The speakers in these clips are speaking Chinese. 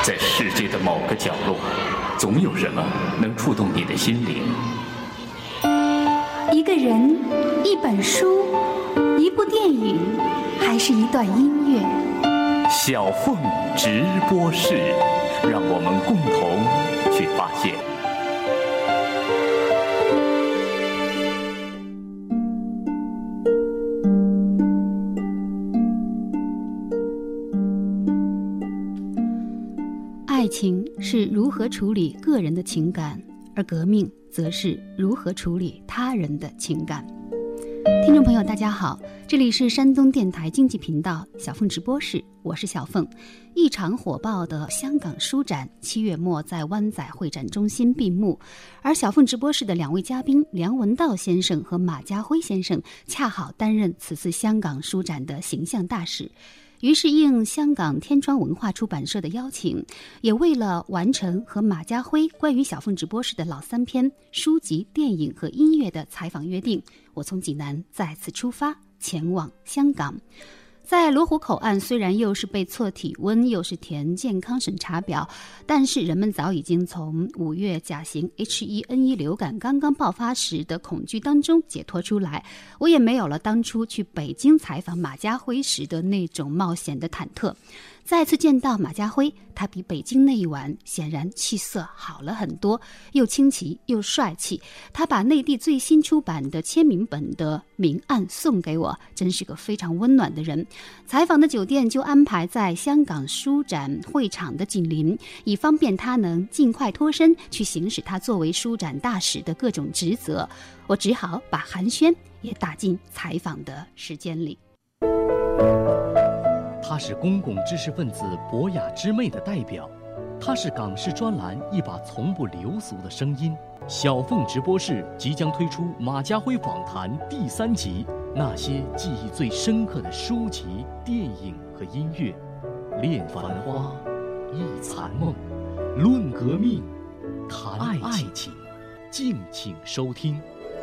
在世界的某个角落，总有什么能触动你的心灵。 一个人，一本书，一部电影，还是一段音乐。 小凤直播室，让我们共同去发现。 爱情是如何处理个人的情感，而革命则是如何处理他人的情感。听众朋友大家好，这里是山东电台经济频道小凤直播室，我是小凤。一场火爆的香港书展7月末在湾仔会展中心闭幕，而小凤直播室的2位嘉宾梁文道先生和马家辉先生恰好担任此次香港书展的形象大使。于是应香港天窗文化出版社的邀请，也为了完成和马家辉关于小凤直播室的老3篇书籍、电影和音乐的采访约定，我从济南再次出发前往香港。在罗湖口岸，虽然又是被测体温，又是填健康审查表，但是人们早已经从5月甲型 H1N1 流感刚刚爆发时的恐惧当中解脱出来。我也没有了当初去北京采访马家辉时的那种冒险的忐忑。再次见到马家辉，他比北京那一晚显然气色好了很多，又清奇又帅气。他把内地最新出版的签名本的明暗送给我，真是个非常温暖的人。采访的酒店就安排在香港书展会场的紧邻，以方便他能尽快脱身去行使他作为书展大使的各种职责。我只好把寒暄也打进采访的时间里。 他是公共知识分子博雅之魅的代表，他是港式专栏一把从不流俗的声音。小凤直播室即将推出马家辉访谈第3集，那些记忆最深刻的书籍、电影和音乐。恋繁花，忆残梦，论革命，谈爱情，敬请收听。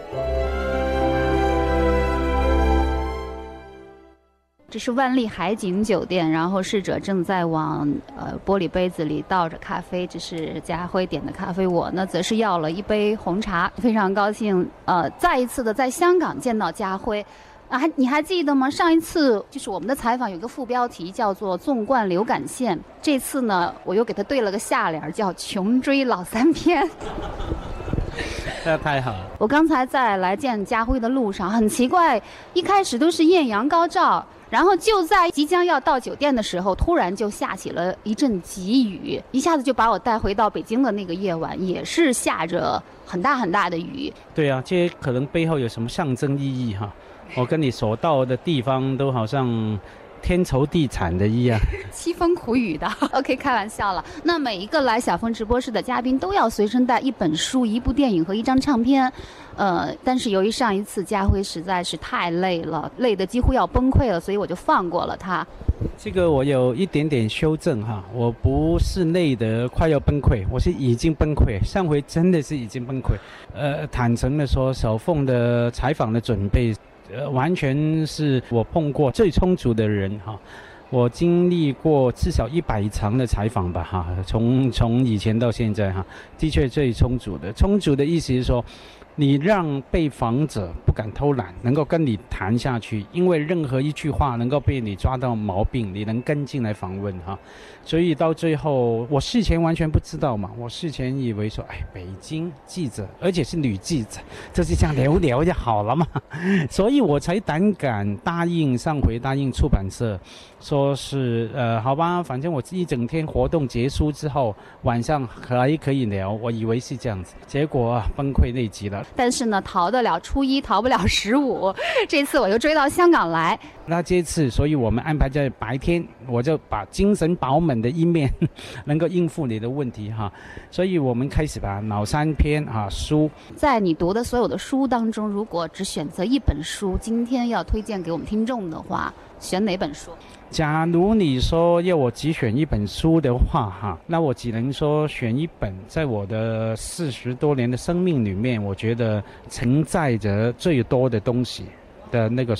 这是万丽海景酒店，然后侍者正在往玻璃杯子里倒着咖啡，这是家辉点的咖啡，我呢则是要了一杯红茶。非常高兴再一次的在香港见到家辉啊，你还记得吗？上一次就是我们的采访有个副标题叫做纵贯流感线，这次呢我又给他对了个下联，叫穷追老3篇。 那太好了。 我刚才在来见家辉的路上很奇怪，一开始都是艳阳高照，然后就在即将要到酒店的时候，突然就下起了一阵急雨，一下子就把我带回到北京的那个夜晚，也是下着很大很大的雨。 对啊，这些可能背后有什么象征意义哈？我跟你所到的地方都好像天仇地惨的一样， 凄风苦雨的。OK， 开玩笑了。那每一个来小凤直播室的嘉宾都要随身带一本书、一部电影和一张唱片。但是由于上一次家辉实在是太累了，累得几乎要崩溃了，所以我就放过了他。 这个我有一点点修正哈，我不是累得快要崩溃，我是已经崩溃。上回真的是已经崩溃。坦诚的说，小凤的采访的准备，完全是我碰过最充足的人哈。我经历过至少100场的采访吧哈，从以前到现在哈，的确最充足的。充足的意思是说，你让被访者不敢偷懒，能够跟你谈下去，因为任何一句话能够被你抓到毛病，你能跟进来访问哈。所以到最后，我事前完全不知道嘛，我事前以为说，北京记者，而且是女记者，就是这样聊聊就好了嘛，所以我才胆敢上回答应出版社，说是好吧，反正我一整天活动结束之后，晚上还可以聊，我以为是这样子，结果崩溃内急了。 但是呢，逃得了初一，逃不了15，这次我又追到香港来。 那这次，所以我们安排在白天，我就把精神饱满的一面能够应付你的问题哈。所以我们开始吧，老3篇书。在你读的所有的书当中，如果只选择一本书，今天要推荐给我们听众的话，选哪本书？ 假如你说要我只选一本书的话那我只能说选一本在我的40多年的生命里面，我觉得承载着最多的东西的那个书，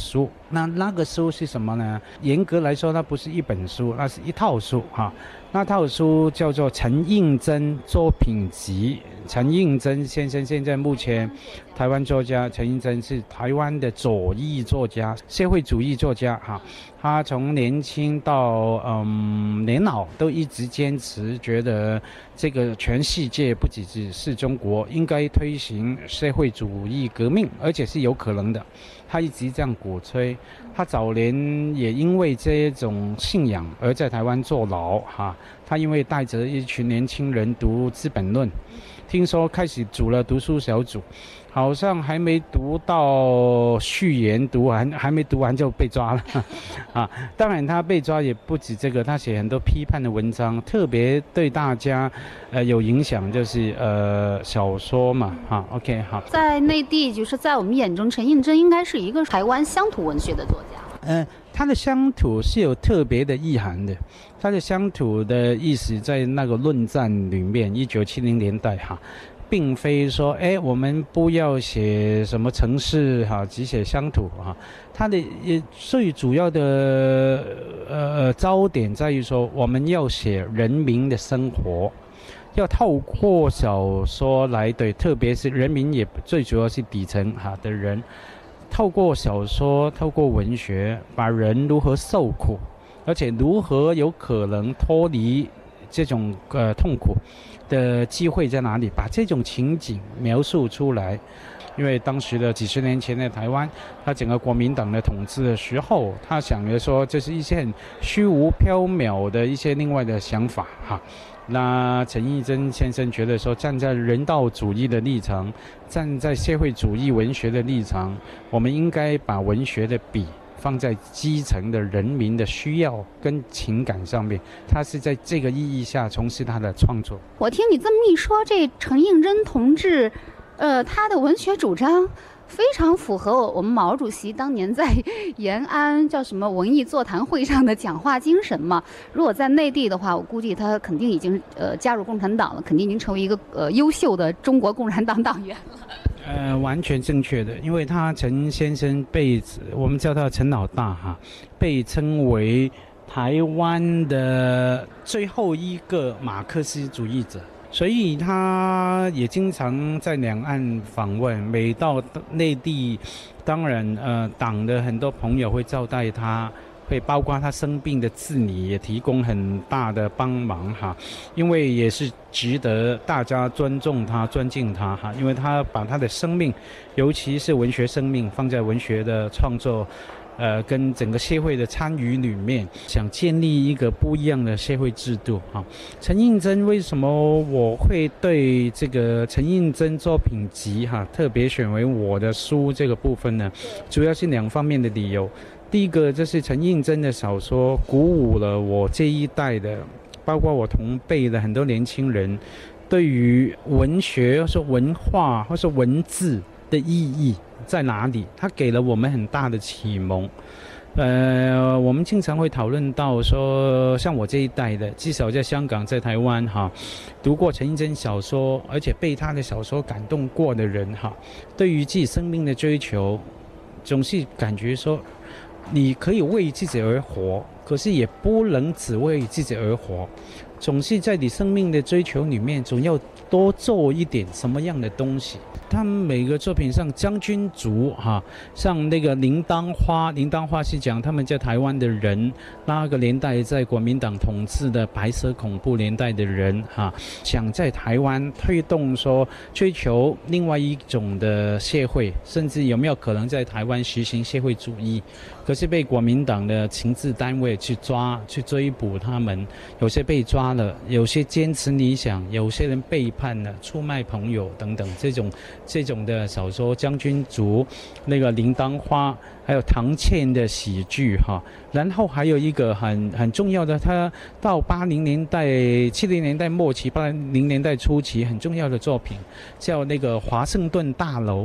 那个书是什么呢？严格来说，它不是一本书，那是一套书哈。那套书叫做陈应真作品集。陈应真先生现在目前台湾作家，陈应真是台湾的左翼作家、社会主义作家哈。他从年轻到年老都一直坚持，觉得这个全世界不只是中国应该推行社会主义革命，而且是有可能的。他一直这样鼓吹。他早年也因为这种信仰而在台湾坐牢哈。他因为带着一群年轻人读《资本论》，听说开始组了读书小组，好像还没读到序言读完，还没读完就被抓了啊！当然他被抓也不止这个，他写很多批判的文章，特别对大家有影响，就是小说嘛哈。OK 好， 在内地就是在我们眼中，陈应真应该是一个台湾乡土文学的作家。 他的乡土是有特别的意涵的。他的乡土的意思在那个论战里面，1970年代哈，并非说我们不要写什么城市哈，只写乡土哈。他的最主要的焦点在于说，我们要写人民的生活，要透过小说来对，特别是人民也最主要是底层哈的人。透过小说，透过文学，把人如何受苦，而且如何有可能脱离这种痛苦的机会在哪里，把这种情景描述出来。因为当时的几十年前的台湾，他整个国民党的统治的时候，他想着说这是一些很虚无缥缈的一些另外的想法哈。那陈应真先生觉得说，站在人道主义的立场，站在社会主义文学的立场，我们应该把文学的笔放在基层的人民的需要跟情感上面。他是在这个意义下从事他的创作。 我听你这么一说，这陈应真同志他的文学主张非常符合我们毛主席当年在延安叫什么文艺座谈会上的讲话精神嘛。如果在内地的话，我估计他肯定已经加入共产党了，肯定已经成为一个优秀的中国共产党党员了。 完全正确的，因为他陈先生我们叫他陈老大哈，被称为台湾的最后一个马克思主义者。所以他也经常在两岸访问，每到内地，当然党的很多朋友会招待他，会包括他生病的治理也提供很大的帮忙哈，因为也是值得大家尊重他、尊敬他哈，因为他把他的生命，尤其是文学生命放在文学的创作跟整个社会的参与里面，想建立一个不一样的社会制度哈。陈应真为什么我会对这个陈应真作品集哈特别选为我的书这个部分呢？主要是两方面的理由。第一个就是陈应真的小说鼓舞了我这一代的，包括我同辈的很多年轻人，对于文学或是文化或是文字的意义在哪里，它给了我们很大的启蒙。我们经常会讨论到说，像我这一代的，至少在香港、在台湾哈，读过陈应真小说，而且被他的小说感动过的人哈，对于自己生命的追求，总是感觉说，你可以为自己而活，可是也不能只为自己而活，总是在你生命的追求里面，总要多做一点什么样的东西。他们每个作品上，将军族哈，像那个铃铛花是讲他们在台湾的人，那个年代在国民党统治的白色恐怖年代的人哈，想在台湾推动说追求另外一种的社会，甚至有没有可能在台湾实行社会主义，可是被国民党的情治单位去抓去追捕他们，有些被抓了，有些坚持理想，有些人背叛了，出卖朋友等等，这种的小说，将军族那个铃铛花，还有唐倩的喜剧哈，然后还有一个很重要的，他到80年代70年代末期80年代初期很重要的作品，叫那个华盛顿大楼。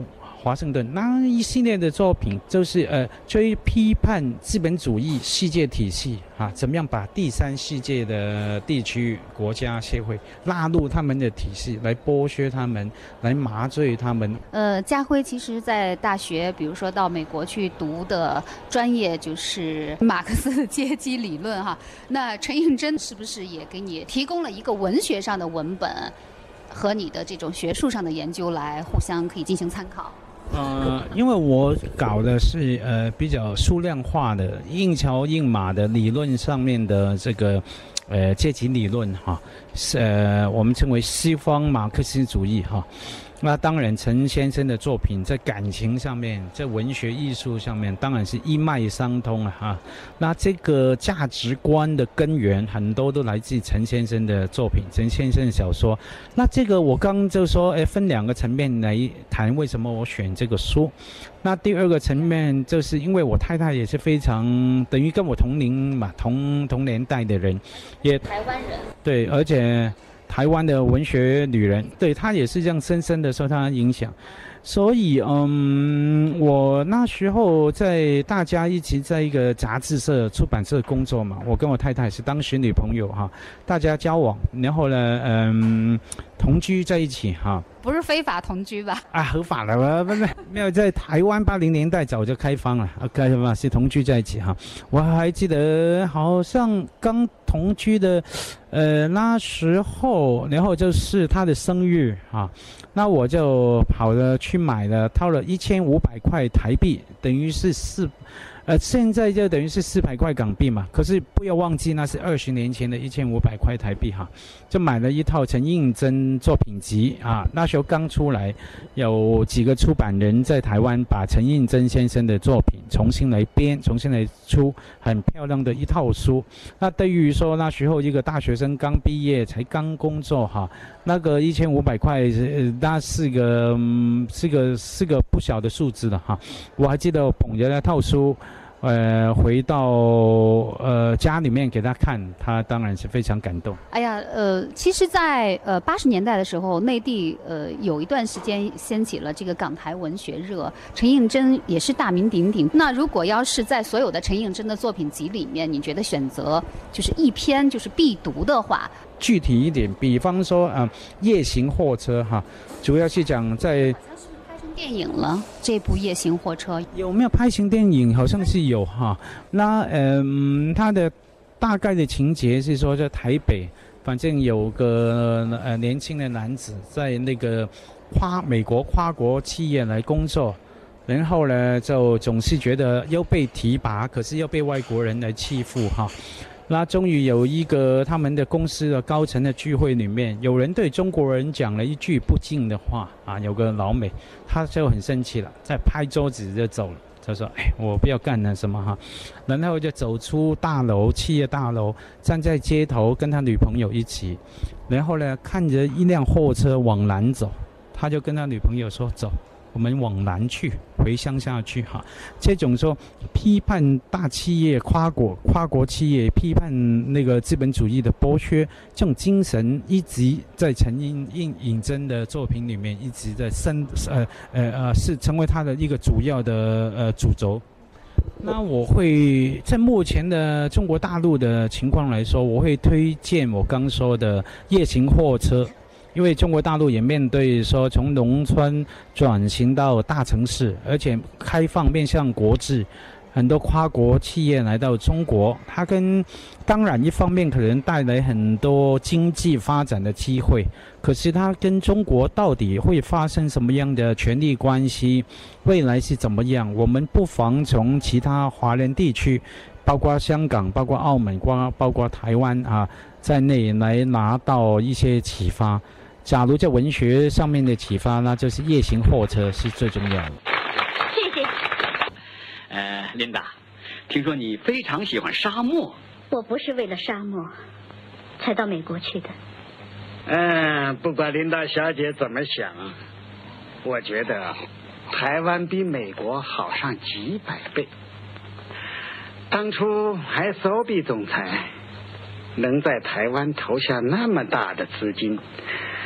华盛顿那一系列的作品，就是追批判资本主义世界体系啊，怎么样把第三世界的地区、国家、社会纳入他们的体系，来剥削他们，来麻醉他们。 家辉其实在大学，比如说到美国去读的专业就是马克思阶级理论哈。那陈映真是不是也给你提供了一个文学上的文本，和你的这种学术上的研究来互相可以进行参考？ 因为我搞的是比较数量化的硬桥硬马的理论上面的这个阶级理论哈，我们称为西方马克思主义哈。那当然陈先生的作品在感情上面，在文学艺术上面当然是一脉相通了哈。那这个价值观的根源很多都来自陈先生的作品，陈先生的小说。那这个我刚就说分两个层面来谈为什么我选这个书。那第二个层面就是因为我太太也是非常等于跟我同龄嘛，同年代的人，也台湾人， 对，而且台湾的文学女人，对，她也是这样深深的受她影响。所以我那时候在大家一起在一个杂志社、出版社工作嘛，我跟我太太是当时女朋友哈，大家交往，然后呢同居在一起哈。 不是非法同居吧？ 啊，合法的，不是没有，在台湾80年代早就开放了，是同居在一起哈。我还记得好像刚同居的，那时候，然后就是他的生日啊，那我就跑了去买了，掏了1500块台币，等于是现在就等于是400块港币嘛，可是不要忘记那是20年前的1500块台币哈，就买了一套陈映真作品集啊，那时候刚出来，有几个出版人在台湾把陈映真先生的作品重新来编，重新来出，很漂亮的一套书。那对于说那时候一个大学生刚毕业才刚工作哈，那个1500块那是个不小的数字了哈。我还记得我捧着那套书回到家里面给他看，他当然是非常感动。 哎呀，其实在80年代的时候，内地有一段时间掀起了这个港台文学热，陈映真也是大名鼎鼎。那如果要是在所有的陈映真的作品集里面，你觉得选择就是一篇就是必读的话， 具体一点，比方说夜行货车哈，主要是讲在电影了，这部《夜行货车》 有没有拍成电影？好像是有哈。那它的大概的情节是说，在台北，反正有个年轻的男子在那个美国跨国企业来工作，然后呢就总是觉得又被提拔，可是又被外国人来欺负哈。那终于有一个他们的公司的高层的聚会里面，有人对中国人讲了一句不敬的话啊，有个老美，他就很生气了，在拍桌子就走了，他说：“我不要干了什么哈。”然后就走出大楼，企业大楼，站在街头跟他女朋友一起，然后呢看着一辆货车往南走，他就跟他女朋友说：“走，我们往南去，回乡下去哈。”这种说批判大企业、跨国企业，批判那个资本主义的剥削，这种精神一直在陈映真的作品里面一直在是成为他的一个主要的主轴。那我会在目前的中国大陆的情况来说，我会推荐我刚说的夜行货车。因为中国大陆也面对说从农村转型到大城市，而且开放面向国际，很多跨国企业来到中国，它当然一方面可能带来很多经济发展的机会，可是它跟中国到底会发生什么样的权力关系，未来是怎么样，我们不妨从其他华人地区，包括香港、包括澳门、包括台湾在内来拿到一些启发。假如在文学上面的启发，那就是夜行货车是最重要的。 谢谢。琳达，听说你非常喜欢沙漠。 我不是为了沙漠才到美国去的。 不管琳达小姐怎么想，我觉得台湾比美国好上几百倍。当初还手笔总裁能在台湾投下那么大的资金，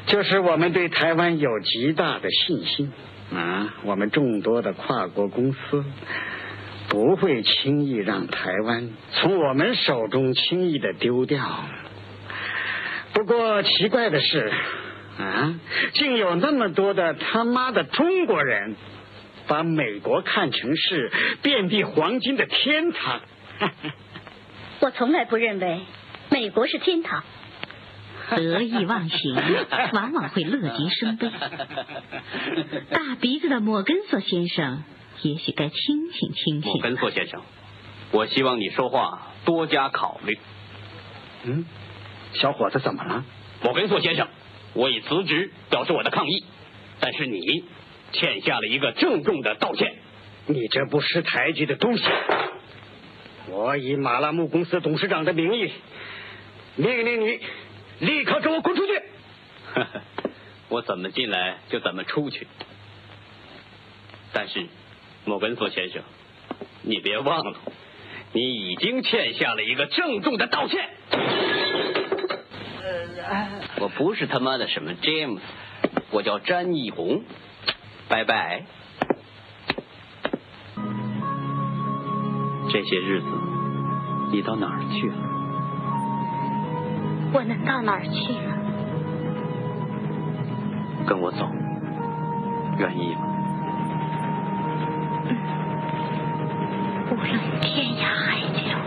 就是我们对台湾有极大的信心我们众多的跨国公司不会轻易让台湾从我们手中轻易的丢掉。不过奇怪的是竟有那么多的他妈的中国人把美国看成是遍地黄金的天堂。 我从来不认为美国是天堂。 得意忘形往往会乐极生悲。大鼻子的摩根索先生也许该清醒清醒。 摩根索先生，我希望你说话多加考虑。 小伙子怎么了？ 摩根索先生，我已辞职表示我的抗议，但是你欠下了一个郑重的道歉。 你这不识抬举的东西！我以马拉木公司董事长的名义命令你立刻给我滚出去！ 我怎么进来就怎么出去。但是摩根索先生，你别忘了，你已经欠下了一个郑重的道歉。我不是他妈的什么 James， 我叫詹义宏。拜拜。这些日子你到哪儿去了？ 我能到哪儿去呢？ 跟我走，愿意吗？ 无论天涯海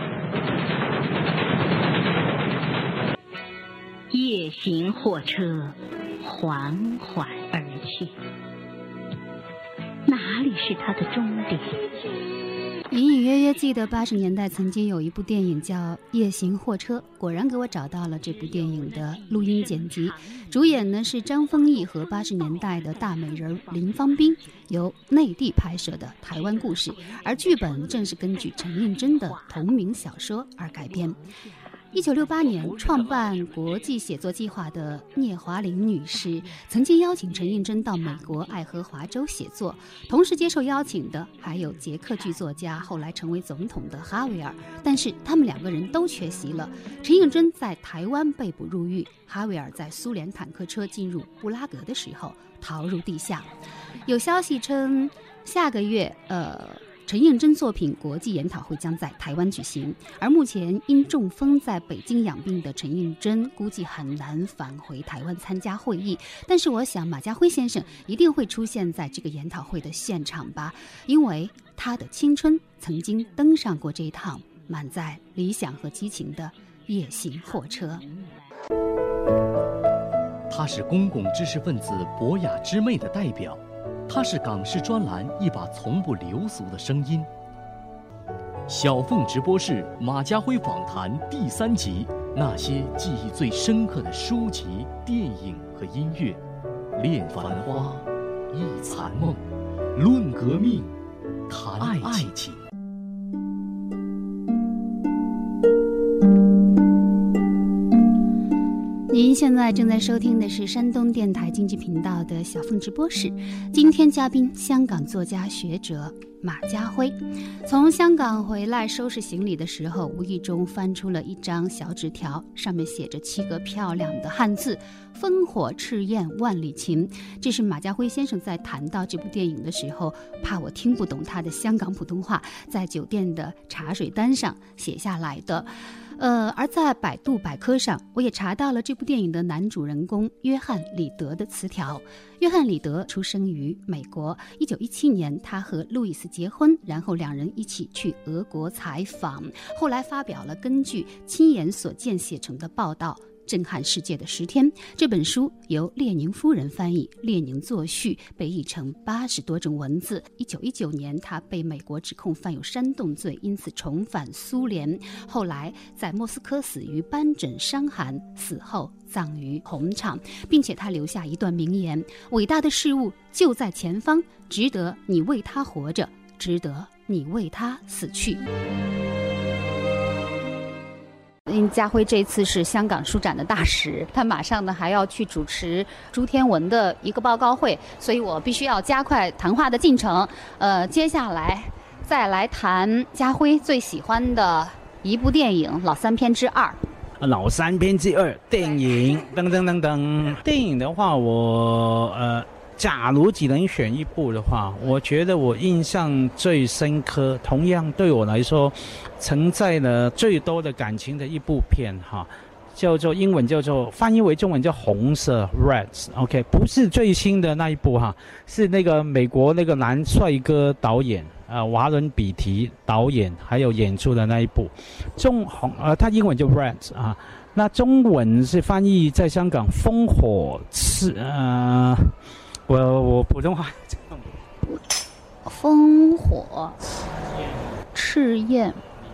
角。 夜行货车缓缓而去，哪里是它的终点？ 隐隐约约记得80年代曾经有一部电影叫《夜行货车》，果然给我找到了这部电影的录音剪辑。主演呢是张丰毅和80年代的大美人林芳斌，由内地拍摄的台湾故事，而剧本正是根据陈映真的同名小说而改编。1968年创办国际写作计划的聂华苓女士曾经邀请陈映真到美国爱荷华州写作，同时接受邀请的还有捷克剧作家后来成为总统的哈维尔，但是他们2个人都缺席了。陈映真在台湾被捕入狱，哈维尔在苏联坦克车进入布拉格的时候逃入地下。有消息称下个月陈映真作品国际研讨会将在台湾举行，而目前因中风在北京养病的陈映真估计很难返回台湾参加会议，但是我想马家辉先生一定会出现在这个研讨会的现场吧，因为他的青春曾经登上过这趟满载理想和激情的夜行货车。 他是公共知识分子博雅之妹的代表，他是港视专栏一把从不流俗的声音。小凤直播室马家辉访谈第3集，那些记忆最深刻的书籍、电影和音乐，恋繁花，忆残梦，论革命，谈爱情。 您现在正在收听的是山东电台经济频道的小凤直播室，今天嘉宾香港作家学者马家辉。从香港回来收拾行李的时候，无意中翻出了一张小纸条，上面写着7个漂亮的汉字：烽火赤焰万里情。这是马家辉先生在谈到这部电影的时候，怕我听不懂他的香港普通话，在酒店的茶水单上写下来的。而在百度百科上，我也查到了这部电影的男主人公约翰·里德的词条。约翰·里德出生于美国，1917年他和路易斯结婚，然后2人一起去俄国采访，后来发表了根据亲眼所见写成的报道震撼世界的10天。这本书由列宁夫人翻译，列宁作序，被译成80多种文字。1919年他被美国指控犯有煽动罪，因此重返苏联，后来在莫斯科死于斑疹伤寒，死后葬于红场，并且他留下一段名言：伟大的事物就在前方，值得你为他活着，值得你为他死去。家辉这次是香港书展的大使，他马上呢还要去主持朱天文的一个报告会，所以我必须要加快谈话的进程。接下来再来谈家辉最喜欢的一部电影《老三篇之2》。 老三编辑2电影等等等等。电影的话，我假如只能选一部的话，我觉得我印象最深刻，同样对我来说承载了最多的感情的一部片哈。叫做英文叫做翻译为中文叫红色 Reds，OK， 不是最新的那一部哈，是那个美国那个男帅哥导演华伦比提导演还有演出的那一部他英文叫 Reds 啊，那中文是翻译在香港烽火我普通话烽火赤焰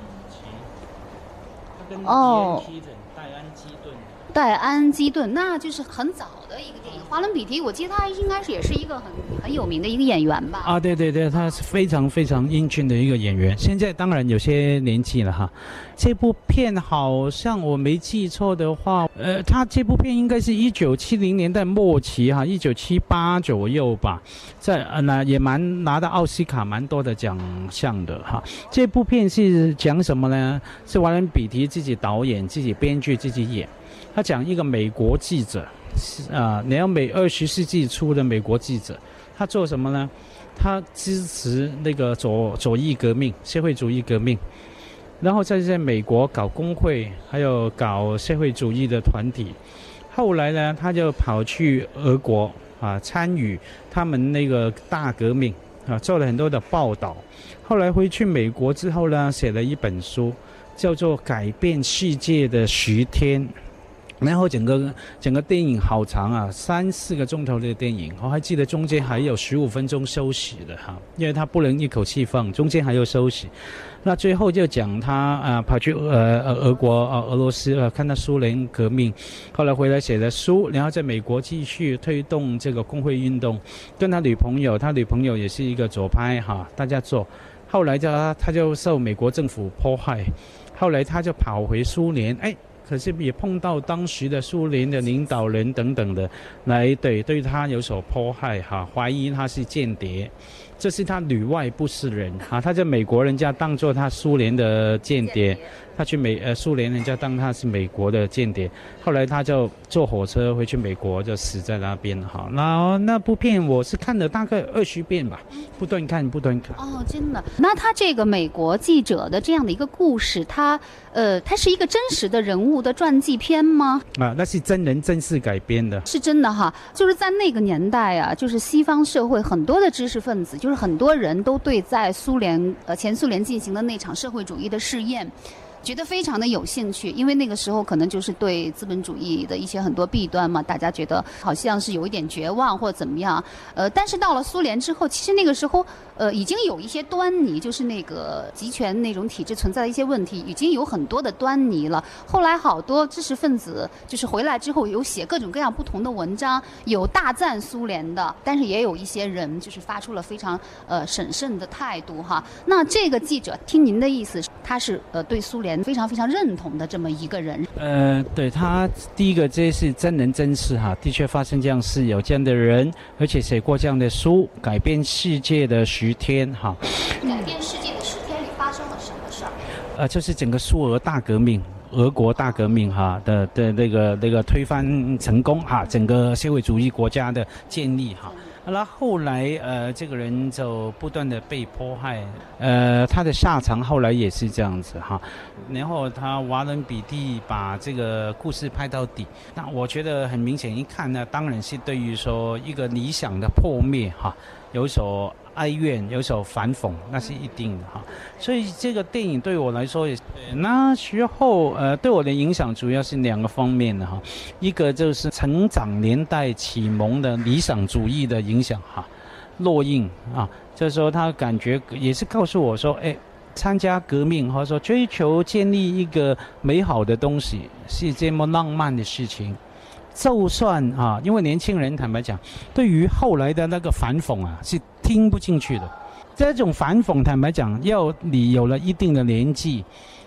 哦。戴安基顿，那就是很早的一个电影。华伦比提，我记得他应该是也是一个很有名的一个演员吧？啊， 对对对，他是非常非常英俊的一个演员。现在当然有些年纪了哈。这部片好像我没记错的话，他这部片应该是1970年代末期哈，1978左右吧，在也拿到奥斯卡蛮多的奖项的哈。这部片是讲什么呢？是华伦比提自己导演、自己编剧、自己演。他讲一个美国记者，20世纪初的美国记者，他做什么呢？他支持那个左翼革命、社会主义革命，然后在美国搞工会，还有搞社会主义的团体。后来呢，他就跑去俄国参与他们那个大革命做了很多的报道。后来回去美国之后呢，写了一本书，叫做《改变世界的10天》。然后整个电影好长啊，3-4个钟头的电影，我还记得中间还有15分钟休息的哈，因为他不能一口气放，中间还有休息。那最后就讲他跑去俄罗斯看到苏联革命，后来回来写了书，然后在美国继续推动这个工会运动，跟他女朋友也是一个左派哈，大家做。后来他就受美国政府迫害，后来他就跑回苏联，可是也碰到当时的苏联的领导人等等的来对他有所迫害哈，怀疑他是间谍，这是他里外不是人哈，他在美国人家当作他苏联的间谍，他去苏联人家当他是美国的间谍，后来他就坐火车回去美国，就死在那边哈。那部片我是看了大概20遍吧，不断看。 哦，真的？那他这个美国记者的这样的一个故事，他是一个真实的人物的传记片吗？ 那是真人真事改编的， 是真的哈。就是在那个年代啊，就是西方社会很多的知识分子，就是很多人都对在前苏联进行的那场社会主义的试验觉得非常的有兴趣，因为那个时候可能就是对资本主义的一些很多弊端嘛，大家觉得好像是有一点绝望或者怎么样。但是到了苏联之后，其实那个时候已经有一些端倪，就是那个集权那种体制存在的一些问题，已经有很多的端倪了。后来好多知识分子就是回来之后有写各种各样不同的文章，有大赞苏联的，但是也有一些人就是发出了非常审慎的态度哈。那这个记者听您的意思，他是对苏联非常非常认同的这么一个人。 对，他第一个这是真人真事哈，的确发生这样事，有这样的人，而且写过这样的书，改变世界的10天哈。 改变世界的10天里发生了什么事儿？ 就是整个苏俄大革命。俄国大革命哈的那个推翻成功哈，整个社会主义国家的建立哈。那后来这个人就不断的被迫害，他的下场后来也是这样子哈。然后华伦比蒂把这个故事拍到底，那我觉得很明显一看呢，当然是对于说一个理想的破灭哈，有所哀怨，有所反讽，那是一定的哈。所以这个电影对我来说也那时候对我的影响主要是2个方面的哈，一个就是成长年代启蒙的理想主义的影响哈，烙印啊，就是说他感觉也是告诉我说，参加革命或者说追求建立一个美好的东西是这么浪漫的事情。就算因为年轻人坦白讲，对于后来的那个反讽是听不进去的。这种反讽坦白讲，要你有了一定的年纪，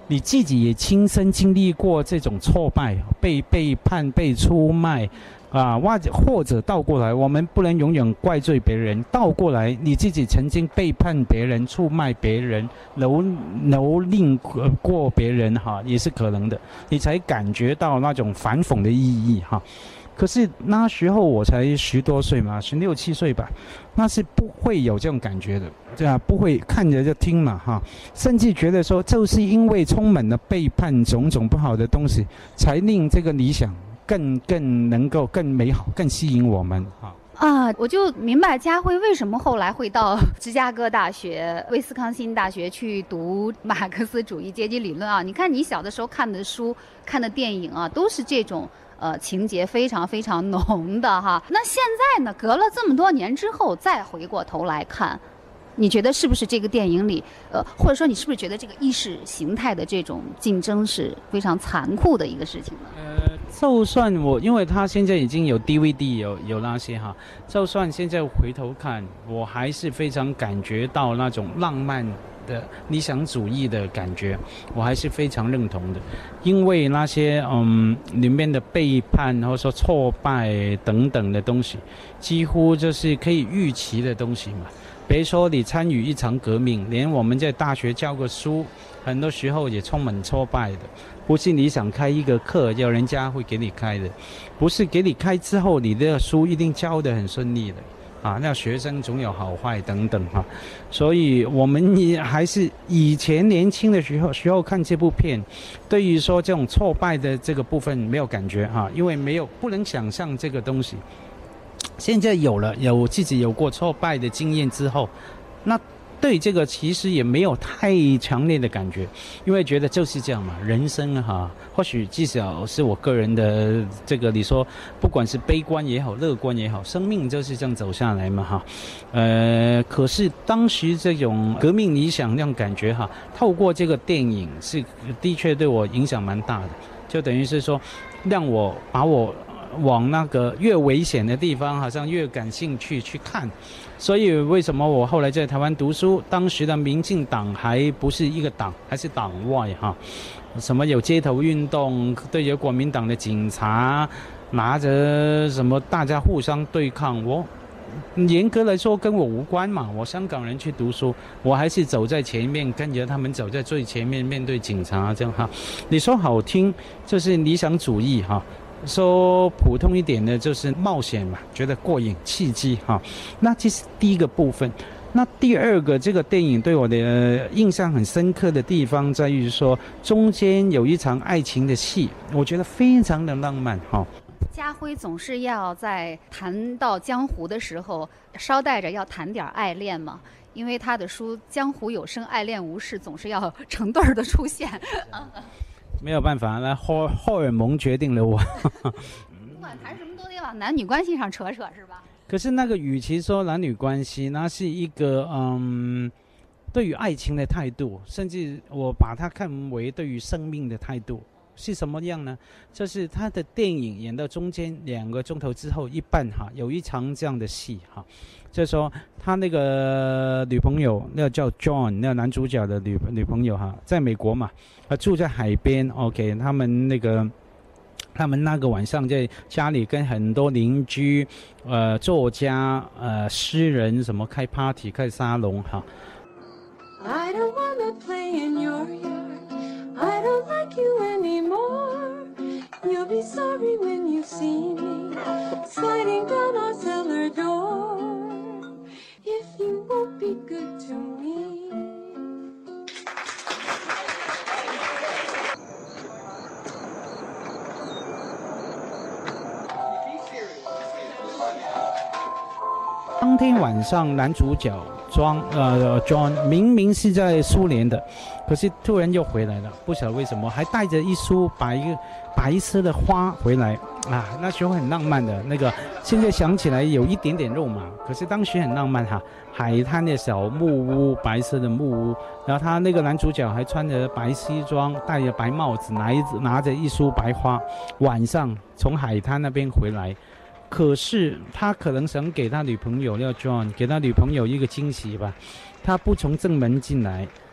你自己也亲身经历过这种挫败，被背叛、被出卖。或者倒过来，我们不能永远怪罪别人。倒过来，你自己曾经背叛别人、出卖别人、蹂躏过别人也是可能的，你才感觉到那种反讽的意义可是那时候我才10多岁嘛，16、17岁吧，那是不会有这种感觉的，不会看着就听嘛甚至觉得说，就是因为充满了背叛、种种不好的东西，才令这个理想更能够更美好，更吸引我们我就明白家辉为什么后来会到芝加哥大学、威斯康星大学去读马克思主义阶级理论你看你小的时候看的书、看的电影都是这种情节非常非常浓的那现在呢，隔了这么多年之后再回过头来看，你觉得是不是这个电影里或者说你是不是觉得这个意识形态的这种竞争是非常残酷的一个事情呢？ 就算因为他现在已经有 DVD 有那些就算现在回头看，我还是非常感觉到那种浪漫的理想主义的感觉，我还是非常认同的。因为那些里面的背叛或者说挫败等等的东西，几乎就是可以预期的东西嘛。比如说你参与一场革命，连我们在大学教过书，很多时候也充满挫败的。不是你想开一个课叫人家会给你开的，不是给你开之后你的书一定教得很顺利的那学生总有好坏等等所以我们也还是以前年轻的时候看这部片，对于说这种挫败的这个部分没有感觉因为不能想象这个东西。现在有自己有过挫败的经验之后，那对这个其实也没有太强烈的感觉，因为觉得就是这样嘛，人生或许至少是我个人的这个，你说不管是悲观也好，乐观也好，生命就是这样走下来嘛可是当时这种革命理想那种感觉透过这个电影是的确对我影响蛮大的，就等于是说让我把我往那个越危险的地方好像越感兴趣去看。所以为什么我后来在台湾读书，当时的民进党还不是一个党，还是党外什么有街头运动，对于国民党的警察拿着什么大家互相对抗，我严格来说跟我无关嘛，我香港人去读书，我还是走在前面，跟着他们走在最前面，面对警察这样你说好听就是理想主义说普通一点的就是冒险嘛，觉得过瘾刺激那这是第一个部分。那第二个，这个电影对我的印象很深刻的地方在于说，中间有一场爱情的戏，我觉得非常的浪漫家辉总是要在谈到江湖的时候捎带着要谈点爱恋嘛，因为他的书《江湖有声爱恋无事》总是要成对的出现没有办法，那荷尔蒙决定了我不管谈什么都得往男女关系上扯扯是吧？ 可是那个与其说男女关系，那是一个对于爱情的态度，甚至我把它看为对于生命的态度是什么样呢？就是他的电影演到中间2个钟头之后一半有一场这样的戏就是说他那个女朋友，那个叫 John， 那个男主角的女朋友在美国嘛，住在海边 OK， 他们那个晚上在家里跟很多邻居作家诗人什么开 party 开沙龙 I don't wanna play in your yard, I don't like you anymore. You'll be sorry when you see me sliding down our cellar door. If you won't be good to me. 当天晚上，男主角John 明明是在苏联的，可是突然又回来了，不晓得为什么，还带着一束白色的花回来那时候很浪漫的那个，现在想起来有一点点肉麻，可是当时很浪漫海滩的小木屋，白色的木屋，然后他那个男主角还穿着白西装，戴着白帽子，拿着一束白花，晚上从海滩那边回来。可是他可能想给他女朋友叫 John， 给他女朋友一个惊喜吧。他不从正门进来，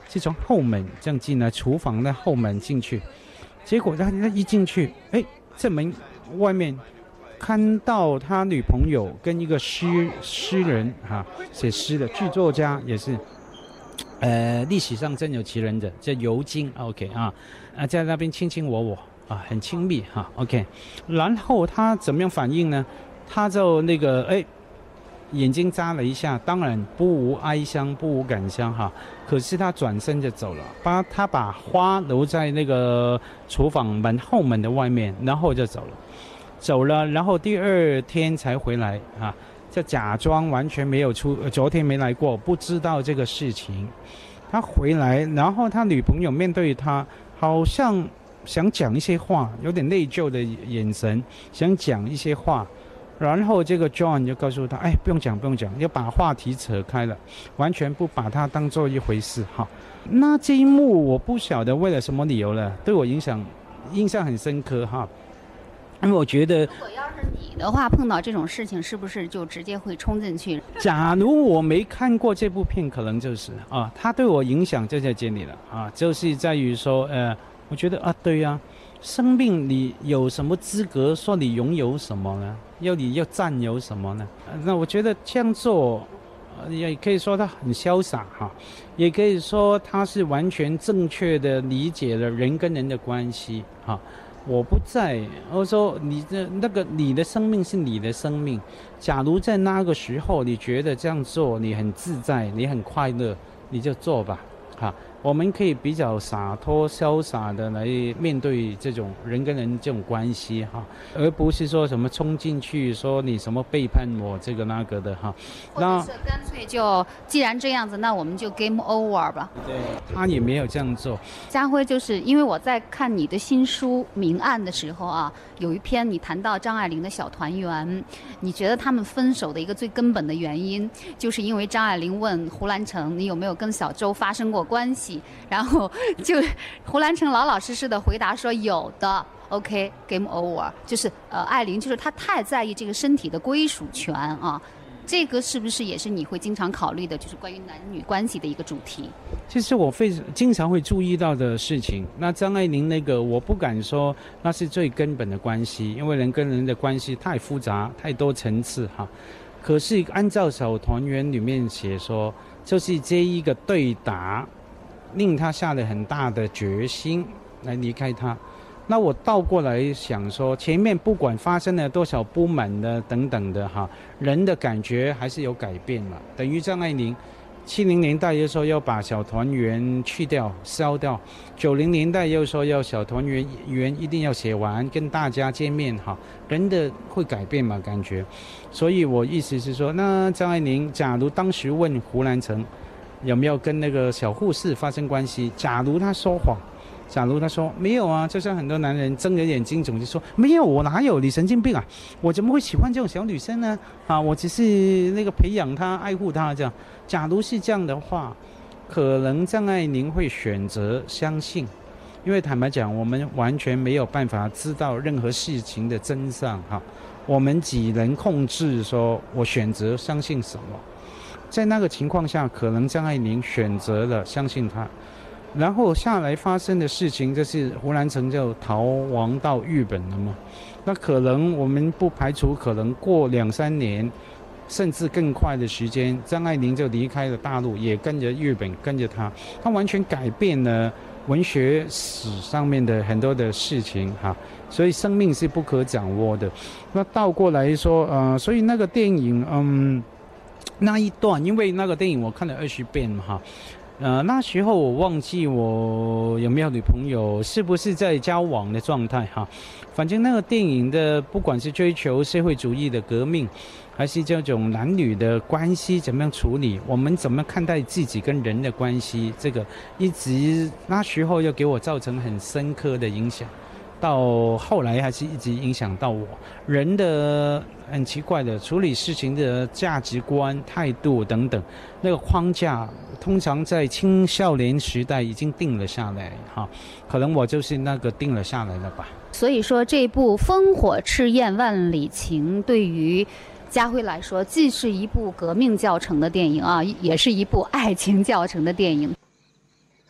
是从后门这样进来，厨房的后门进去。结果他一进去，这门外面看到他女朋友跟一个诗人写诗的剧作家，也是历史上真有其人的，叫尤金 OK 在那边卿卿我很亲密OK。 然后他怎么样反应呢？他就那个眼睛眨了一下，当然不无哀伤不无感伤可是他转身就走了，他把花留在那个厨房门后门的外面，然后就走了，然后第二天才回来就假装完全没有昨天没来过，不知道这个事情。他回来，然后他女朋友面对他好像想讲一些话，有点内疚的眼神，想讲一些话，然后这个 John 就告诉他不用讲，要把话题扯开了，完全不把他当做一回事那这一幕我不晓得为了什么理由了，对我印象很深刻因为我觉得， 如果要是你的话，碰到这种事情，是不是就直接会冲进去？ 假如我没看过这部片，可能就是它对我影响就在这里了就是在于说，我觉得对呀，生命你有什么资格说你拥有什么呢？你要占有什么呢？那我觉得这样做，也可以说他很潇洒也可以说他是完全正确的理解了人跟人的关系我不在，我说你的生命是你的生命。假如在那个时候你觉得这样做你很自在，你很快乐，你就做吧我们可以比较洒脱潇洒的来面对这种人跟人这种关系而不是说什么冲进去说你什么背叛我这个那个的或者是干脆就既然这样子，那我们就 game over 吧。 对，他也没有这样做。 家辉，就是因为我在看你的新书《明暗》的时候有一篇你谈到张爱玲的小团圆，你觉得他们分手的一个最根本的原因，就是因为张爱玲问胡兰成你有没有跟小周发生过关系，然后就胡兰成老老实实的回答说有的。OK game over， 就是爱玲就是她太在意这个身体的归属权这个是不是也是你会经常考虑的，就是关于男女关系的一个主题？ 其实我经常会注意到的事情。那张爱玲那个我不敢说那是最根本的关系，因为人跟人的关系太复杂太多层次可是按照小团圆里面写说，就是这一个对答令他下了很大的决心来离开他。那我倒过来想说，前面不管发生了多少不满的等等的人的感觉还是有改变嘛。等于张爱玲70年代又说要把小团圆去掉烧掉，90年代又说要小团圆一定要写完跟大家见面人的会改变嘛感觉。所以我意思是说，那张爱玲假如当时问胡兰成有没有跟那个小护士发生关系，假如他说谎，假如他说没有就像很多男人睁着眼睛总是说没有，我哪有，你神经病我怎么会喜欢这种小女生呢我只是那个培养她爱护她这样。假如是这样的话，可能张爱玲会选择相信，因为坦白讲我们完全没有办法知道任何事情的真相我们只能控制说我选择相信什么。在那个情况下，可能张爱玲选择了相信他，然后下来发生的事情就是胡兰成就逃亡到日本了嘛。那可能我们不排除可能过2-3年甚至更快的时间，张爱玲就离开了大陆，也跟着日本跟着他完全改变了文学史上面的很多的事情所以生命是不可掌握的。那倒过来说所以那个电影那一段，因为那个电影我看了20遍嘛那时候我忘记我有没有女朋友，是不是在交往的状态反正那个电影的不管是追求社会主义的革命，还是这种男女的关系怎么样处理，我们怎么看待自己跟人的关系，这个一直那时候又给我造成很深刻的影响，到后来还是一直影响到我。人的很奇怪的处理事情的价值观态度等等，那个框架通常在青少年时代已经定了下来可能我就是那个定了下来了吧。 所以说这部烽火赤焰万里情对于家辉来说，既是一部革命教程的电影也是一部爱情教程的电影。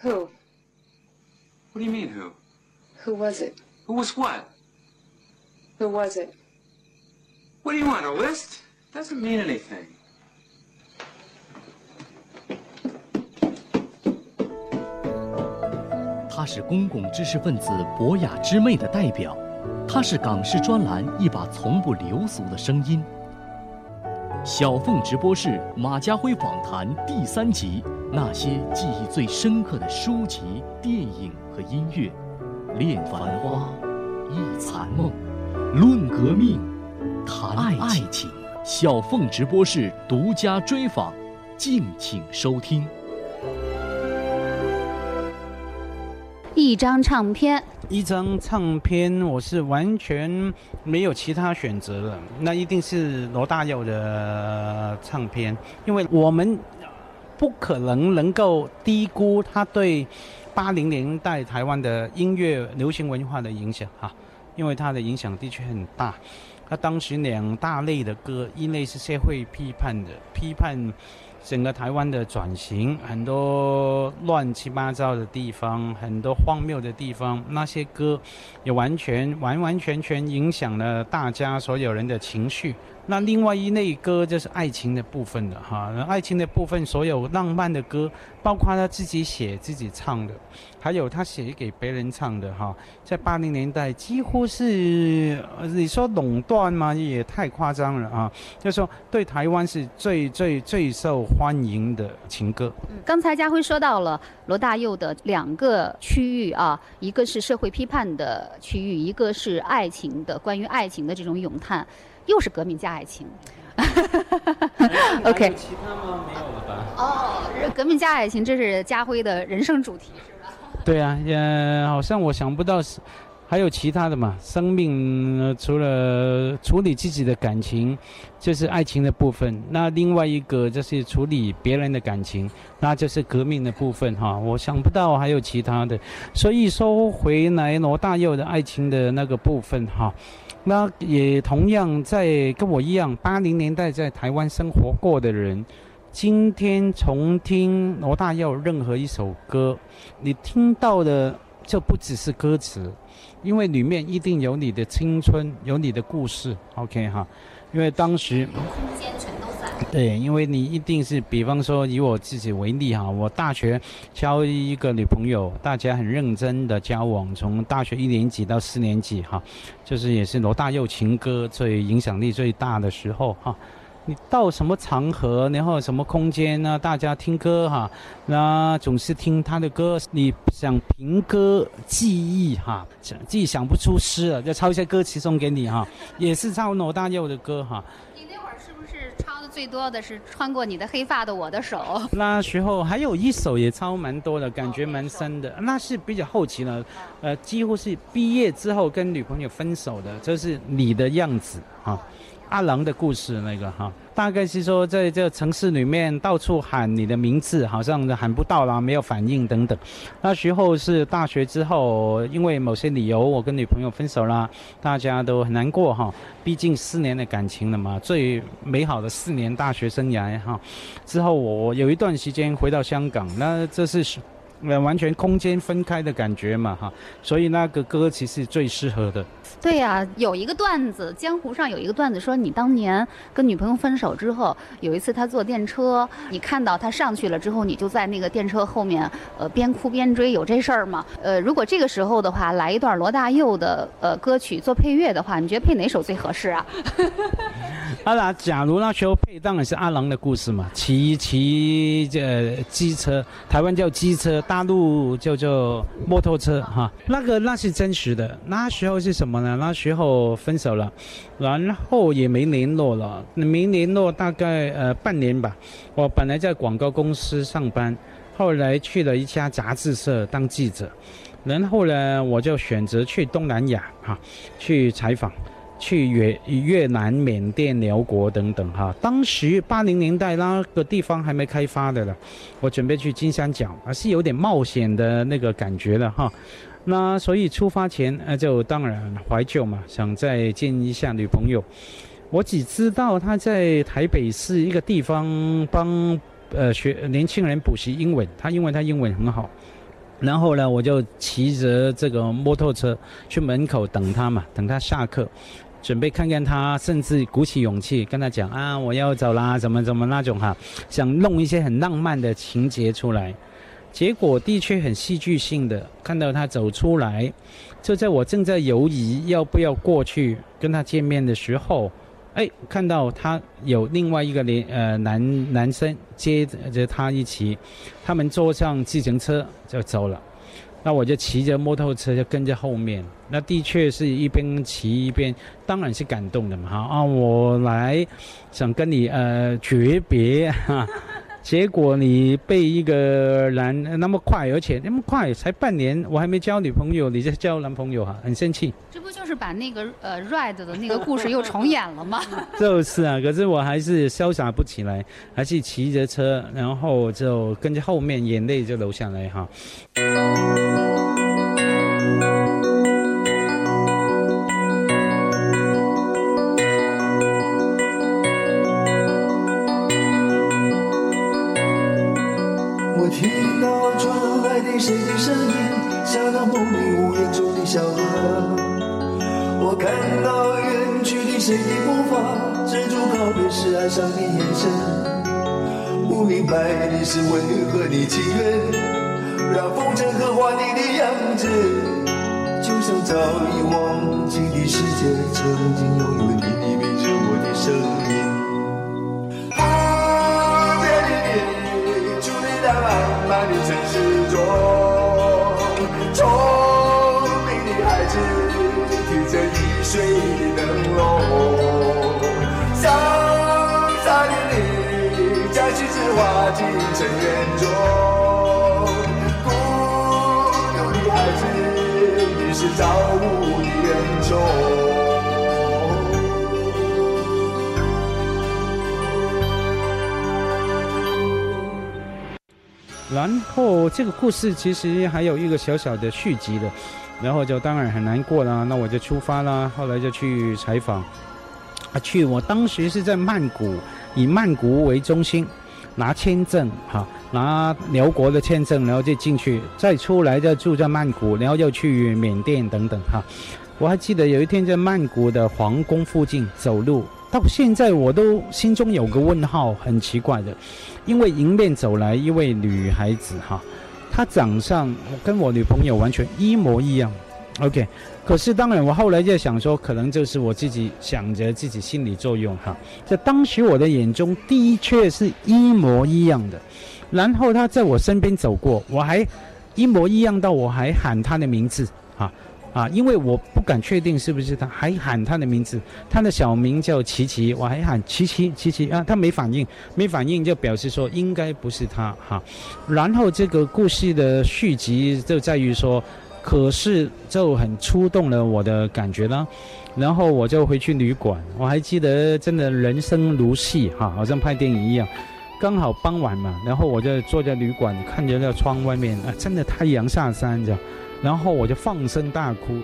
Who? What do you mean, who? Who was it? Who was what? Who was it? What do you want, a list? Doesn't mean anything. 她是公共知识分子博雅之魅的代表，她是港式专栏一把从不流俗的声音。小凤直播室马家辉访谈第3集，那些记忆最深刻的书籍、电影和音乐，恋繁花，忆残梦，论革命，谈爱情。小凤直播室独家追访，敬请收听。 一张唱片， 我是完全没有其他选择了，那一定是罗大佑的唱片，因为我们不可能够低估他对80年代台湾的音乐流行文化的影响哈，因为他的影响的确很大。他当时2大类的歌，一类是社会批判的，批判整个台湾的转型，很多乱七八糟的地方，很多荒谬的地方，那些歌也完全影响了大家所有人的情绪。那另外一类歌就是爱情的部分的哈，爱情的部分所有浪漫的歌，包括他自己写自己唱的，还有他写给别人唱的哈，在80年代几乎是你说垄断嘛，也太夸张了啊！就是说对台湾是最受欢迎的情歌。 刚才家辉说到了罗大佑的2个区域啊，一个是社会批判的区域，一个是爱情的，关于爱情的这种咏叹。又是革命加爱情，OK。 其他吗？没有了吧？ 哦，革命加爱情，这是家辉的人生主题，是吧？ 对啊，好像我想不到还有其他的嘛。生命除了处理自己的感情，就是爱情的部分；那另外一个就是处理别人的感情，那就是革命的部分哈。我想不到还有其他的，所以说回来罗大佑的爱情的那个部分哈。那也同样在跟我一样80年代在台湾生活过的人，今天重听罗大佑任何一首歌，你听到的就不只是歌词，因为里面一定有你的青春，有你的故事 OK 哈。因为当时空间全都在。 对，因为你一定是，比方说以我自己为例哈，我大学交一个女朋友，大家很认真的交往，从大学1年级到4年级哈，就是也是罗大佑情歌最影响力最大的时候哈。你到什么场合，然后什么空间呢？大家听歌哈，那总是听他的歌。你想凭歌记忆哈，自己想不出诗了，就抄一些歌词送给你哈，也是抄罗大佑的歌哈。 你那会儿是不是抄的最多的是穿过你的黑发的我的手？ 那时候还有一首也抄蛮多的，感觉蛮深的。那是比较后期了，几乎是毕业之后跟女朋友分手的，就是你的样子哈。阿郎的故事那个哈，大概是说在这城市里面到处喊你的名字，好像喊不到啦，没有反应等等。那时候是大学之后，因为某些理由我跟女朋友分手啦，大家都很难过哈。毕竟4年的感情了嘛，最美好的4年大学生涯哈。之后我有一段时间回到香港，那这是完全空间分开的感觉嘛哈，所以那个歌其实最适合的。 对呀，有一个段子，江湖上有一个段子说，你当年跟女朋友分手之后，有一次她坐电车，你看到她上去了之后，你就在那个电车后面，边哭边追，有这事儿吗？如果这个时候的话，来一段罗大佑的歌曲做配乐的话，你觉得配哪首最合适啊？ 假如那时候配当然是阿郎的故事嘛，骑机车，台湾叫机车，大陆叫做摩托车哈，那是真实的。那时候是什么呢？那时候分手了，然后也没联络了，没联络大概半年吧。我本来在广告公司上班，后来去了一家杂志社当记者，然后呢我就选择去东南亚哈，去采访。去越南、缅甸、辽国等等哈，当时80年代那个地方还没开发的了，我准备去金三角，是有点冒险的那个感觉了哈。那所以出发前就当然怀旧嘛，想再见一下女朋友。我只知道她在台北市一个地方帮年轻人补习英文，她因为她英文很好。 然后呢，我就骑着这个摩托车去门口等他嘛，等他下课，准备看看他，甚至鼓起勇气跟他讲啊，我要走啦，怎么那种哈，想弄一些很浪漫的情节出来。结果的确很戏剧性的，看到他走出来，就在我正在犹疑要不要过去跟他见面的时候，看到他有另外一个男生接着他一起，他们坐上自行车就走了。那我就骑着摩托车就跟着后面，那的确是一边骑一边，当然是感动的嘛我来想跟你诀别哈。结果你被一个人那么快，而且那么快才半年，我还没交女朋友，你就交男朋友很生气。 这不就是把那个Ride 的那个故事又重演了吗？ 就是啊，可是我还是潇洒不起来，还是骑着车，然后就跟着后面，眼泪就流下来哈。 我听到传来的谁的声音，像那梦里无言中的小河。我看到远去的谁的步伐，遮住告别时哀伤的眼神。不明白的是为何你情愿让风尘刻画你的样子，就像早已忘记的世界，曾经拥有你的名字，我的声音。漫漫的城市中，聪明的孩子提着易碎的灯笼，潇洒的你将心事化进尘缘中，孤独的孩子，你是造物的恩宠。 然后这个故事其实还有一个小小的续集的，然后就当然很难过啦，那我就出发啦，后来就去采访我当时是在曼谷，以曼谷为中心拿签证拿辽国的签证，然后就进去，再出来就住在曼谷，然后又去缅甸等等我还记得有一天在曼谷的皇宫附近走路，到现在我都心中有个问号，很奇怪的，因为迎面走来一位女孩子她长相跟我女朋友完全一模一样 ，OK， 可是当然我后来就想说，可能就是我自己想着自己心理作用在当时我的眼中的确是一模一样的，然后她在我身边走过，我还一模一样到我还喊她的名字因为我不敢确定是不是他，还喊他的名字，他的小名叫琪琪，我还喊琪琪他没反应就表示说应该不是他然后这个故事的续集就在于说，可是就很触动了我的感觉啦，然后我就回去旅馆，我还记得真的人生如戏好像拍电影一样。刚好傍晚嘛，然后我就坐在旅馆，看着那窗外面真的太阳下山这样，然后我就放声大哭。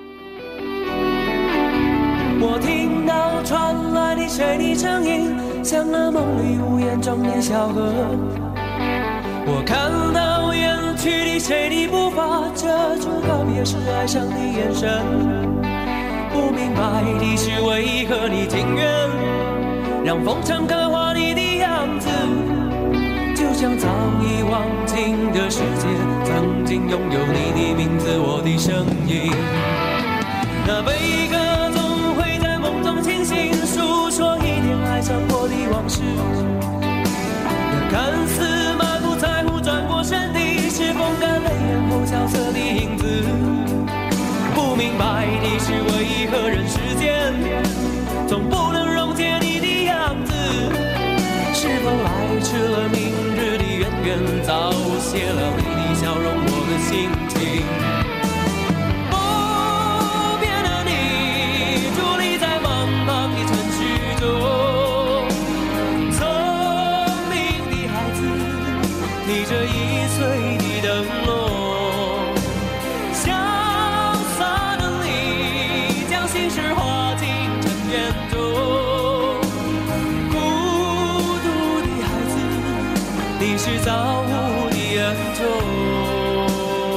我听到传来的谁的声音，像那梦里无言中的小河。我看到远去的谁的步伐，遮住告别时哀伤的眼神。不明白的是为何你情愿让风尘刻画你的样子，就像早已忘情的世界，曾经拥有你的名字，我的声音。那悲歌总会在梦中清醒，诉说一点爱上过的往事。那看似满不在乎转过身的，是风干泪眼后萧瑟的影子。不明白的是为何人世间总不能溶解你的样子，是否来迟了明日的渊源，早谢了你的笑容，我的心情。不变的你，伫立在茫茫的城市中，聪明的孩子，提着易碎的灯笼，潇洒的你，将心事化进尘缘中。你是造物的恩宠。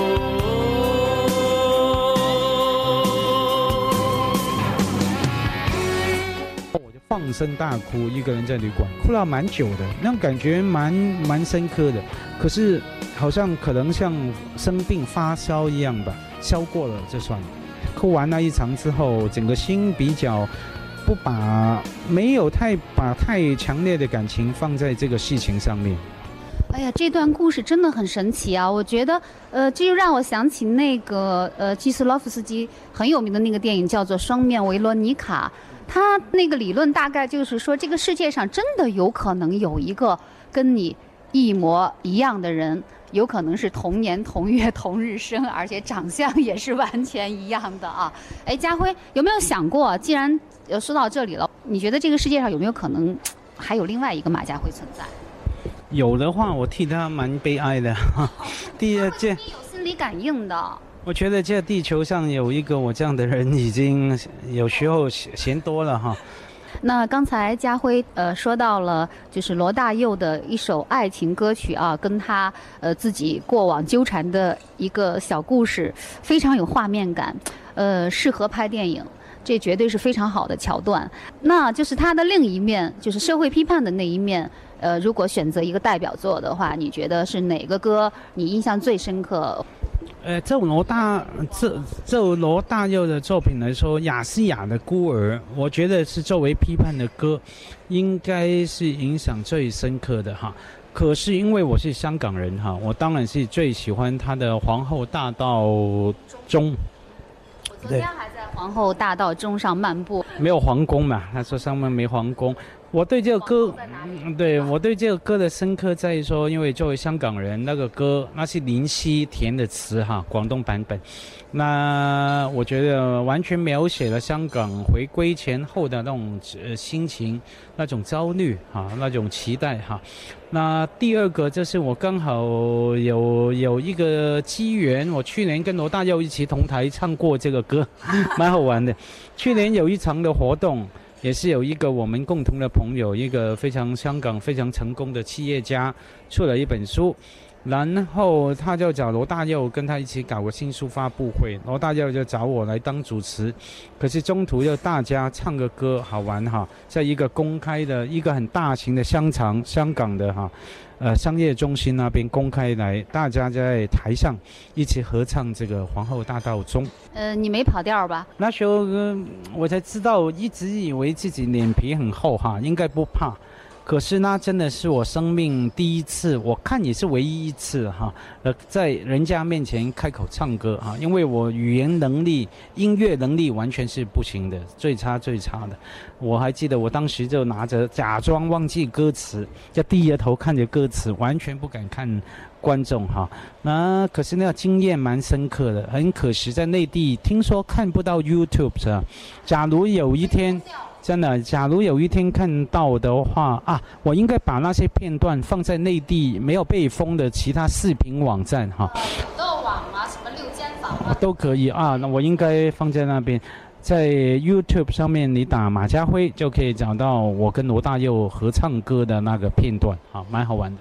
放声大哭，一个人在旅馆哭了蛮久的，那种感觉蛮深刻的。可是好像可能像生病发烧一样吧，消过了就算了。哭完那一场之后，整个心比较没有把太强烈的感情放在这个事情上面。 哎呀，这段故事真的很神奇啊！我觉得，这就让我想起那个基斯洛夫斯基很有名的那个电影，叫做《双面维罗妮卡》。他那个理论大概就是说，这个世界上真的有可能有一个跟你一模一样的人，有可能是同年同月同日生，而且长相也是完全一样的啊！哎，家辉有没有想过，既然说到这里了，你觉得这个世界上有没有可能还有另外一个马家辉存在？ 有的话，我替他蛮悲哀的。第二件有心理感应的。 我觉得这地球上有一个我这样的人，已经有时候嫌多了哈。 那刚才家辉说到了，就是罗大佑的一首爱情歌曲啊，跟他自己过往纠缠的一个小故事，非常有画面感，适合拍电影。这绝对是非常好的桥段。那就是他的另一面，就是社会批判的那一面。如果选择一个代表作的话，你觉得是哪个歌你印象最深刻？ 就罗大佑的作品来说，《亚细亚的孤儿》，我觉得是作为批判的歌，应该是影响最深刻的哈。可是因为我是香港人哈，我当然是最喜欢他的《皇后大道中》。 我昨天还在皇后大道中上漫步， 没有皇宫嘛？他说上面没皇宫。我对这个歌，我对这个歌的深刻在于说，因为作为香港人，那个歌那是林夕填的词哈，广东版本。那我觉得完全描写了香港回归前后的那种心情，那种焦虑哈，那种期待哈。那第二个就是我刚好有一个机缘，我去年跟罗大佑一起同台唱过这个歌，蛮好玩的。去年有一场的活动。也是有一个我们共同的朋友，一个香港非常成功的企业家，出了一本书，然后他就找罗大佑跟他一起搞个新书发布会，罗大佑就找我来当主持，可是中途就大家唱个歌好玩哈，在一个公开的一个很大型的香港的哈商业中心那边公开来，大家在台上一起合唱这个《皇后大道中》。 你没跑调吧？ 那时候我才知道，一直以为自己脸皮很厚哈，应该不怕。可是那真的是我生命第一次，我看也是唯一一次哈，在人家面前开口唱歌哈，因为我语言能力、音乐能力完全是不行的，最差的。我还记得我当时就拿着假装忘记歌词，就低着头看着歌词，完全不敢看观众哈。那可是那个经验蛮深刻的，很可惜在内地听说看不到 YouTube 是吧？假如有一天看到的话啊，我应该把那些片段放在内地没有被封的其他视频网站哈。 土豆网啊，什么6间房啊， 都可以啊。那我应该放在那边，在 YouTube 上面你打马家辉就可以找到我跟罗大佑合唱歌的那个片段啊，蛮好玩的。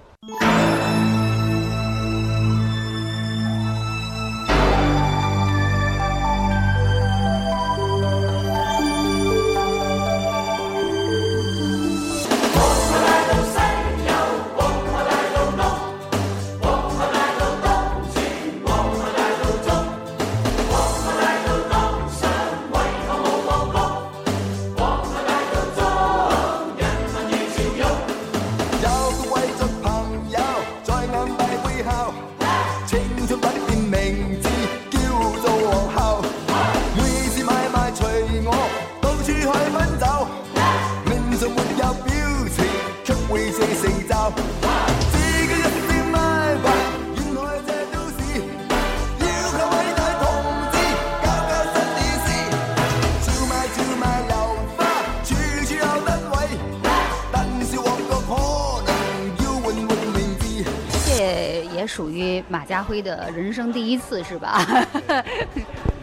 属于马家辉的人生第一次是吧？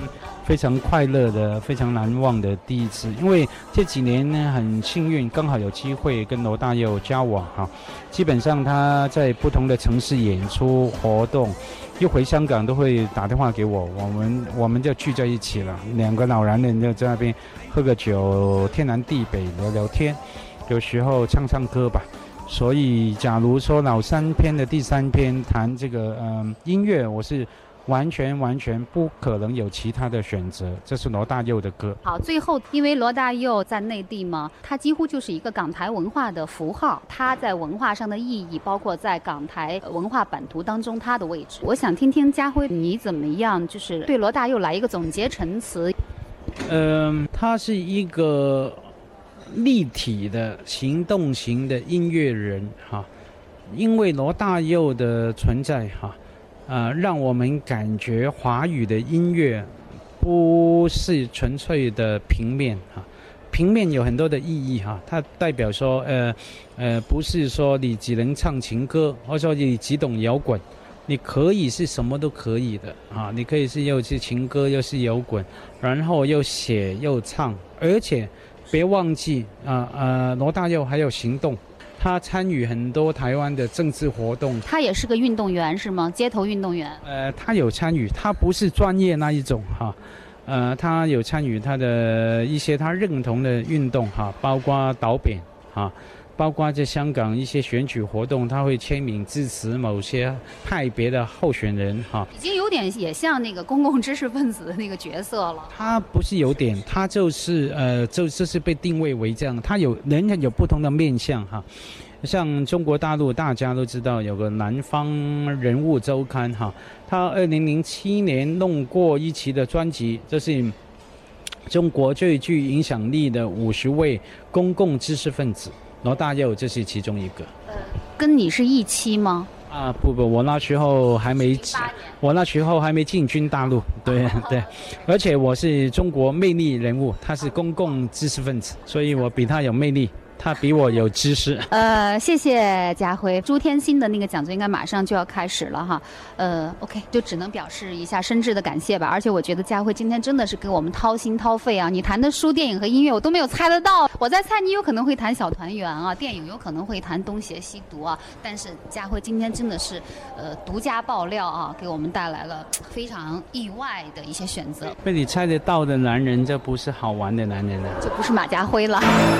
非常快乐的、非常难忘的第一次。因为这几年呢，很幸运，刚好有机会跟罗大佑交往哈。基本上他在不同的城市演出活动，又回香港都会打电话给我，我们就聚在一起了，两个老男人就在那边喝个酒，天南地北聊聊天，有时候唱唱歌吧。所以假如说老三篇的第3篇谈这个音乐，我是完全不可能有其他的选择，这是罗大佑的歌。 好，最后因为罗大佑在内地嘛，他几乎就是一个港台文化的符号，他在文化上的意义，包括在港台文化版图当中他的位置。我想听听家辉你怎么样，就是对罗大佑来一个总结陈词。 他是一个立体的行动型的音乐人哈，因为罗大佑的存在哈，让我们感觉华语的音乐不是纯粹的平面哈，平面有很多的意义哈，它代表说不是说你只能唱情歌，或者说你只懂摇滚，你可以是什么都可以的啊，你可以是又是情歌又是摇滚，然后又写又唱，而且别忘记罗大佑还有行动，他参与很多台湾的政治活动。 他也是个运动员是吗？街头运动员？ 他有参与，他不是专业那一种哈，他有参与他的一些他认同的运动哈，包括倒扁哈，包括在香港一些选举活动，他会签名支持某些派别的候选人哈。 已经有点也像那个公共知识分子的那个角色了。 他不是有点，他就是就是被定位为这样。他人有不同的面向哈。像中国大陆大家都知道有个南方人物周刊哈，他2007年弄过一期的专辑，这是中国最具影响力的50位公共知识分子。罗大佑这是其中一个。 跟你是一期吗？ 不，我那时候还没进军大陆，对对，而且我是中国魅力人物，他是公共知识分子，所以我比他有魅力。他比我有知识。 谢谢家辉。朱天心的那个讲座应该马上就要开始了哈。OK， 就只能表示一下深挚的感谢吧。而且我觉得家辉今天真的是给我们掏心掏肺啊！你谈的书、电影和音乐我都没有猜得到。我在猜你有可能会谈小团圆啊，电影有可能会谈东邪西毒啊。但是家辉今天真的是独家爆料啊，给我们带来了非常意外的一些选择。 被你猜得到的男人，这不是好玩的男人了， 就不是马家辉了。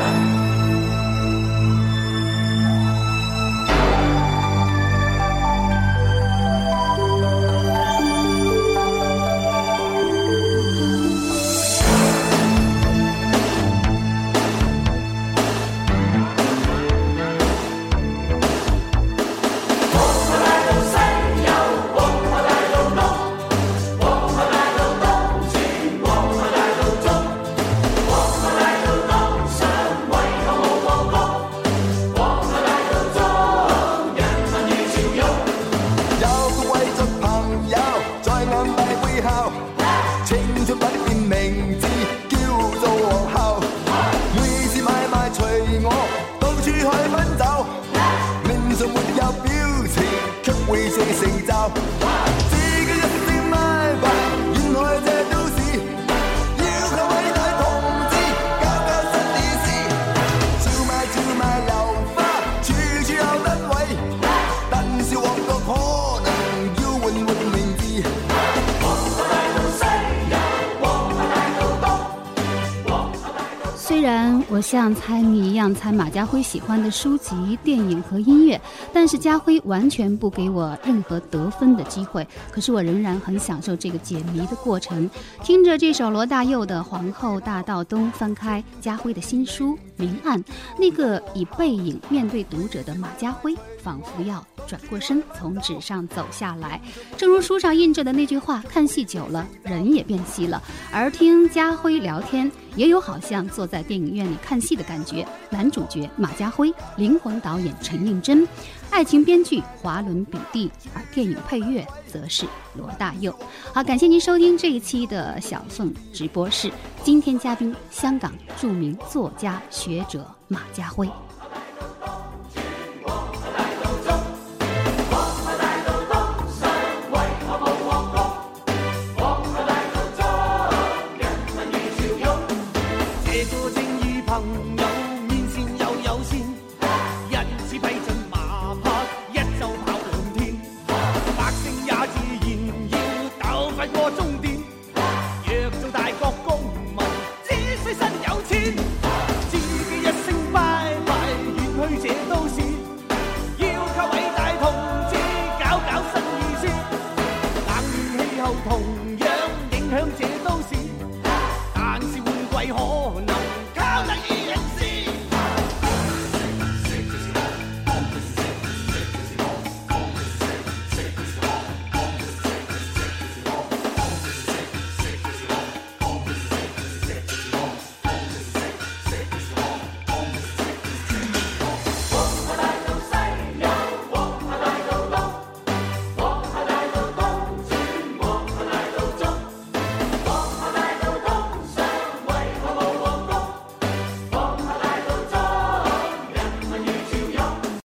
我像猜谜一样猜马家辉喜欢的书籍、电影和音乐，但是家辉完全不给我任何得分的机会。可是我仍然很享受这个解谜的过程，听着这首罗大佑的《皇后大道东》，翻开家辉的新书《明暗》，那个以背影面对读者的马家辉，仿佛要转过身从纸上走下来。正如书上印着的那句话，看戏久了人也变细了，而听家辉聊天也有好像坐在电影院里看戏的感觉。男主角马家辉，灵魂导演陈映真，爱情编剧华伦比蒂，而电影配乐则是罗大佑。好，感谢您收听这一期的小凤直播室，今天嘉宾香港著名作家学者马家辉。